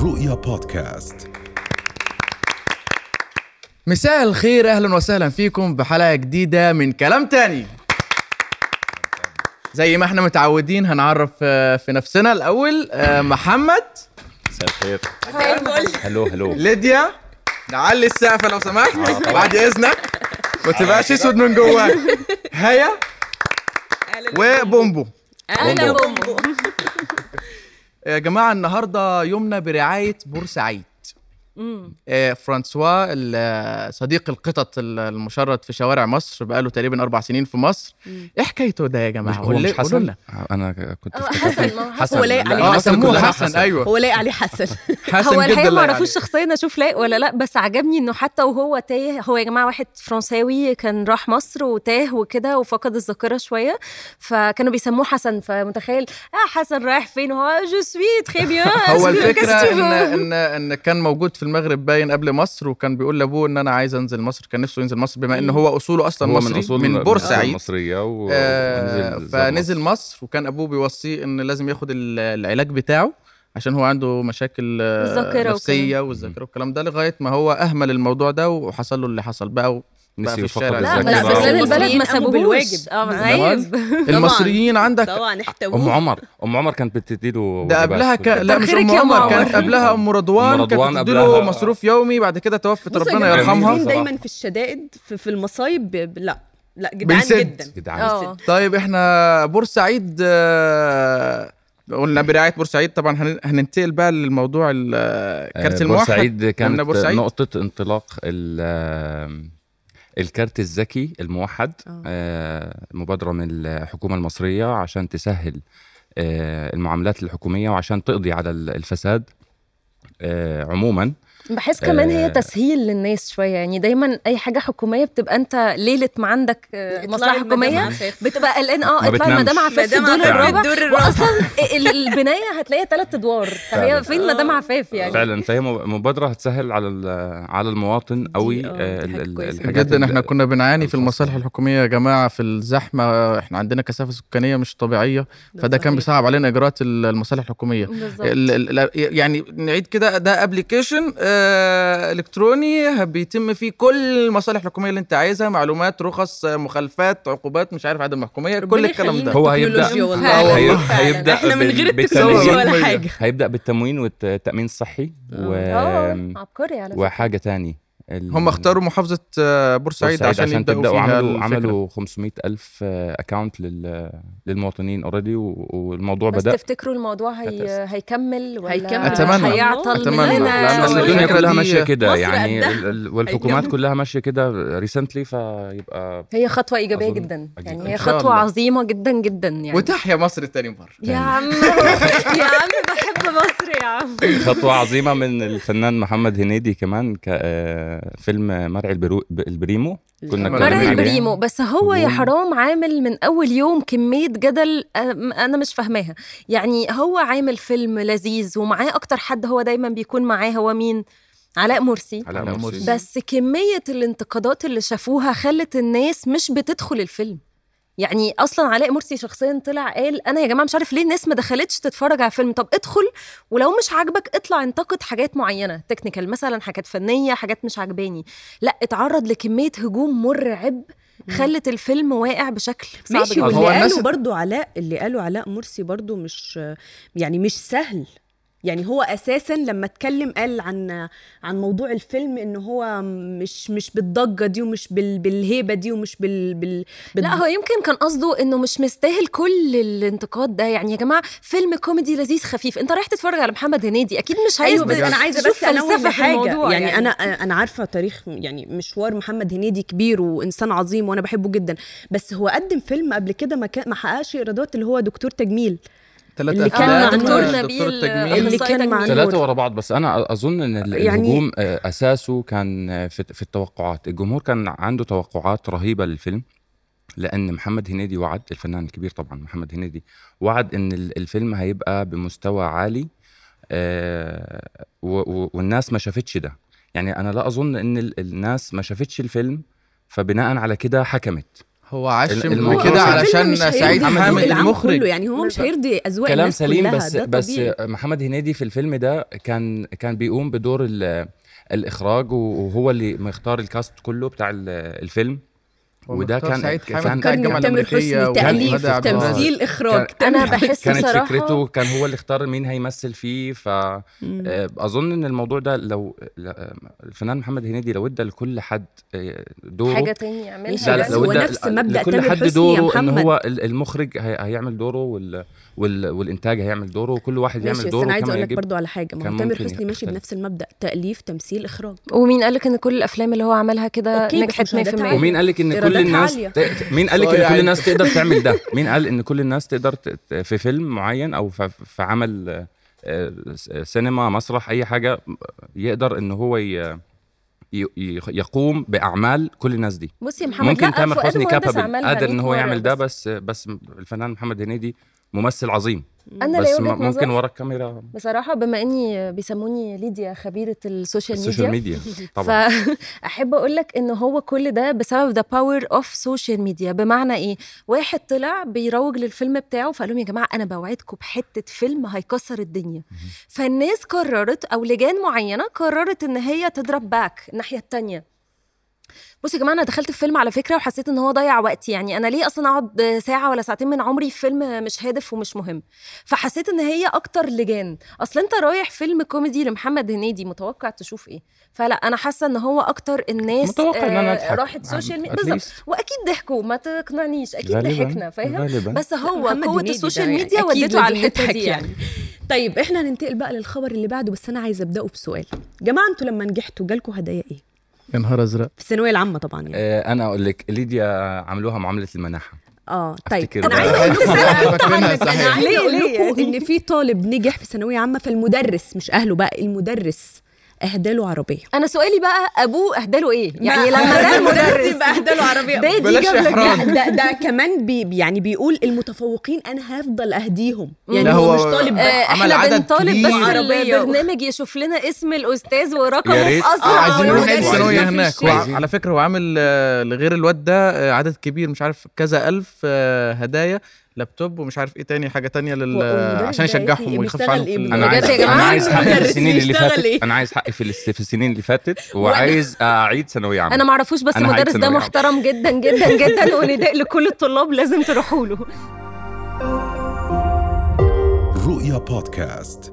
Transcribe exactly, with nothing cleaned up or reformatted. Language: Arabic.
رؤيا بودكاست. مساء الخير، أهلا وسهلا فيكم بحلقة جديدة من كلام تاني. زي ما احنا متعودين هنعرف في نفسنا الأول. محمد. مساء الخير. هلو هلو. ليديا. نعلي السقف لو سمحت بعد إذنك ما تبقاش اسود من جواك. هيا وبومبو. أهلا بومبو. يا جماعة النهاردة يومنا برعاية بورسعيد. آه فرانسوا صديق القطط المشرد في شوارع مصر بقاله تقريبا أربع سنين في مصر. إيه حكايته ده يا جماعة؟ هو مش حسن؟ أنا كنت حسن. حسن. هو لايق عليه آه حسن. حسن. أيوة هو لايق عليه حسن. حسن هو الحقيقة ما عرفوش يعني. شخصيا اشوف لايق ولا لا، بس عجبني انه حتى وهو تاه. هو يا جماعة واحد فرنساوي كان راح مصر وتاه وكده وفقد الذاكرة شوية، فكانوا بيسموه حسن. فمتخيل اه حسن رايح فين؟ هو جو سوي تري بيان. هو الفكرة إن, إن إن كان موجود في المغرب باين قبل مصر، وكان بيقول لابوه ان انا عايز انزل مصر. كان نفسه ينزل مصر بما انه هو اصوله اصلا هو مصري من, أصول من بورسعيد مصرية و... آه فنزل مصر. مصر وكان ابوه بيوصيه ان لازم ياخد العلاج بتاعه عشان هو عنده مشاكل نفسية والذاكرة والكلام ده، لغاية ما هو اهمل الموضوع ده وحصل له اللي حصل بقى نسي في الشارع. لا بس بلاد البلد ما سابوه بالواجب. عيب. المصريين عندك طبعا احتووه. ام عمر ام عمر كانت بتديله ده قبلها ك... لا مش ام عمر، كانت قبلها ام رضوان كانت بتديله مصروف يومي. بعد كده توفت ربنا يرحمها. دايما في الشدائد في, في المصايب ب... لا لا جدعان جدا جدعان. طيب احنا بورسعيد آه... قلنا برعاية بورسعيد طبعا. هننتقل بقى للموضوع الكارت الموحد. بورسعيد كانت بورسعيد. نقطة انطلاق الكارت الذكي الموحد. آه مبادرة من الحكومة المصرية عشان تسهل آه المعاملات الحكومية وعشان تقضي على الفساد آه عموما. بحس كمان هي تسهيل للناس شويه، يعني دايما اي حاجه حكوميه بتبقى انت ليله ما عندك مصلحه حكوميه بتبقى قلقان اه اطلع المدام عفاف في الدور الرابع، واصلا البنايه هتلاقيها ثلاث ادوار، فهي فين مدام عفاف يعني فعلا. فهي مبادره هتسهل على على المواطن قوي الحاجات جدا. احنا كنا بنعاني في المصالح الحكوميه يا جماعه في الزحمه. احنا عندنا كثافه سكانيه مش طبيعيه، فده كان بيصعب علينا اجراءات المصالح الحكوميه. يعني نعيد كده، ده ابلكيشن الكتروني بيتم فيه كل المصالح الحكوميه اللي انت عايزها، معلومات، رخص، مخالفات، عقوبات، مش عارف عدم محكوميه، كل الكلام ده. هو هيبدا هيبدا احنا من غير التكنولوجيا ولا حاجه. هيبدا بالتموين والتامين الصحي و... عبقري على وحاجه تاني. هم اختاروا محافظة بورسعيد عشان, عشان يبدأوا فيها. عملوا, عملوا خمسمائة ألف أكاونت لل... للمواطنين اوريدي، والموضوع بس بدأ. بس تفتكروا الموضوع هي... هيكمل ولا هيكمل؟ أتمنى هيعطل؟ أتمنى لأن الدنيا كلها ماشية كده يعني ال... والحكومات هيكمل. كلها ماشية كده ريسنتلي، فيبقى هي خطوة إيجابية جدا يعني. هي خطوة عظيمة جدا جدا يعني. وتحيا مصر التاني مرة يا عم. يا عم بحب مصر يا عم. خطوة عظيمة من الفنان محمد هنيدي كمان. كفيلم مرعي البرو... البريمو كنا مرعي البريمو. بس هو يا حرام عامل من أول يوم كمية جدل أنا مش فاهماها. يعني هو عامل فيلم لذيذ ومعاه أكتر حد هو دايما بيكون معاه هو مين؟ علاء مرسي. علاء مرسي. بس كمية الانتقادات اللي شافوها خلت الناس مش بتدخل الفيلم. يعني اصلا علاء مرسي شخصيا طلع قال انا يا جماعه مش عارف ليه الناس ما دخلتش تتفرج على الفيلم. طب ادخل، ولو مش عاجبك اطلع انتقد حاجات معينه تكنيكال مثلا، حاجات فنيه، حاجات مش عاجباني. لا، اتعرض لكميه هجوم مرعب خلت الفيلم واقع بشكل صعب جدا. واللي قالوا برضو علاء اللي قالوا علاء مرسي برضو مش يعني مش سهل. يعني هو اساسا لما اتكلم قال عن عن موضوع الفيلم انه هو مش مش بالضجه دي ومش بال بالهيبه دي ومش بال, بال, بال لا، هو يمكن كان قصده انه مش مستاهل كل الانتقاد ده. يعني يا جماعه فيلم كوميدي لذيذ خفيف، انت رايح تتفرج على محمد هنيدي اكيد مش عايز. أيوة بس انا عايزه بس انوه حاجه يعني, يعني انا انا عارفه تاريخ يعني مشوار محمد هنيدي كبير وانسان عظيم وانا بحبه جدا، بس هو قدم فيلم قبل كده ما ما حققش ايرادات اللي هو دكتور تجميل اللي كان مع دكتور نبيل اللي كان مع ثلاثة ورا بعض. بس أنا أظن إن الهجوم يعني أساسه كان في, في التوقعات. الجمهور كان عنده توقعات رهيبة للفيلم، لأن محمد هنيدي وعد، الفنان الكبير طبعا محمد هنيدي وعد إن الفيلم هيبقى بمستوى عالي آه والناس ما شافتش ده. يعني أنا لا أظن إن الناس ما شافتش الفيلم فبناء على كده حكمت. هو عشم الموضوع كده هو علشان سعيد حامد المخرج، يعني هو مش هيرضي اذواق كلام الناس سليم. كلها، بس ده بس طبيعي. محمد هنيدي في الفيلم ده كان كان بيقوم بدور الاخراج، وهو اللي مختار الكاست كله بتاع الفيلم، وده كان سعيد كان حامد بتاع الجامعة الأمريكية، تأليف تمثيل إخراج. أنا بحس كانت صراحة فكرته، كان هو اللي اختار مين هيمثل فيه. فأظن إن الموضوع ده لو الفنان محمد هنيدي لو ادى لكل حد دوره حاجة تاني يعملها، لا لا لو هو ادى نفس مبدأ لكل تامر حد حسني دوره، إن محمد. هو المخرج هيعمل دوره وال وال والإنتاج هيعمل دوره، وكل واحد يعمل دوره. أنا عايز أقول لك برضو على حاجة، ما هو تامر حسني ماشي بنفس المبدأ، تأليف تمثيل إخراج. ومين قال لك إن كل الأفلام اللي هو عملها كده نجحت مية في المية؟ ومين قال لك إن كل الناس مين قال لك ان كل الناس تقدر تعمل ده؟ مين قال ان كل الناس تقدر في فيلم معين او في عمل سينما، مسرح، اي حاجه، يقدر ان هو يقوم باعمال كل الناس دي؟ بصي يا محمد، ممكن تامر حسني كابابل قادر ان هو يعمل ده، بس بس الفنان محمد هنيدي ممثل عظيم. أنا بس ممكن ورا الكاميرا بصراحة، بما إني بيسموني ليديا خبيرة السوشيال ميديا, السوشيال ميديا طبعا، فأحب أقول لك إنه هو كل ده بسبب the power of social media. بمعنى إيه؟ واحد طلع بيروج للفيلم بتاعه فقال لهم يا جماعة أنا بوعدكم بحتة فيلم هيكسر الدنيا. فالناس قررت، أو لجان معينة قررت إن هي تضرب باك الناحية التانية. بصي يا جماعه، انا دخلت الفيلم على فكره وحسيت ان هو ضيع وقتي. يعني انا ليه اصلا اقعد ساعه ولا ساعتين من عمري في فيلم مش هادف ومش مهم؟ فحسيت ان هي اكتر لجان. اصلا انت رايح فيلم كوميدي لمحمد هنيدي، متوقع تشوف ايه؟ فلا، انا حاسه ان هو اكتر الناس متوقع ان انا اضحك، راحت سوشيال ميديا بالظبط، واكيد ضحكوا، ما تقنعنيش، اكيد ضحكنا، فاهم؟ بس هو قوه السوشيال ميديا وديته على الحته دي يعني. طيب احنا هننتقل بقى للخبر اللي بعده، بس انا عايزه ابداه بسؤال. جماعه، انتوا لما نجحتوا جالكوا هدايا ايه؟ يا نهار ازرق. في الثانويه العامه طبعا يعني. آه انا اقول لك، ليديا عملوها معامله المناحه. اه طيب انا عايزه اقول لك انا عايزه اقول لكم ان في طالب نجح في ثانويه عامه، فالمدرس مش اهله بقى، المدرس اهداله عربيه. انا سؤالي بقى، ابوه اهداله ايه؟ يعني لما ده المدرس يبقى اهداله عربيه، ده دي ده, ده كمان بي يعني بيقول المتفوقين انا هفضل اهديهم. يعني هو مش طالب آه عمل عدد طالب، بس البرنامج يشوف لنا اسم الاستاذ ورقمه في اسرع. عايزين نروح الثانويه هناك. على فكره هو عامل لغير الواد ده عدد كبير، مش عارف كذا الف هدايا، لابتوب ومش عارف ايه تاني، حاجه تانية لل عشان يشجعهم ويخفف عنهم. إيه؟ انا عايز انا عايز حقي في السنين اللي فاتت إيه؟ انا عايز حقي في في السنين اللي فاتت وعايز اعيد ثانويه عامه. انا ما اعرفوش، بس المدرس ده محترم جدا جدا جدا، ونداء لكل الطلاب لازم تروحوا له. رؤيا بودكاست.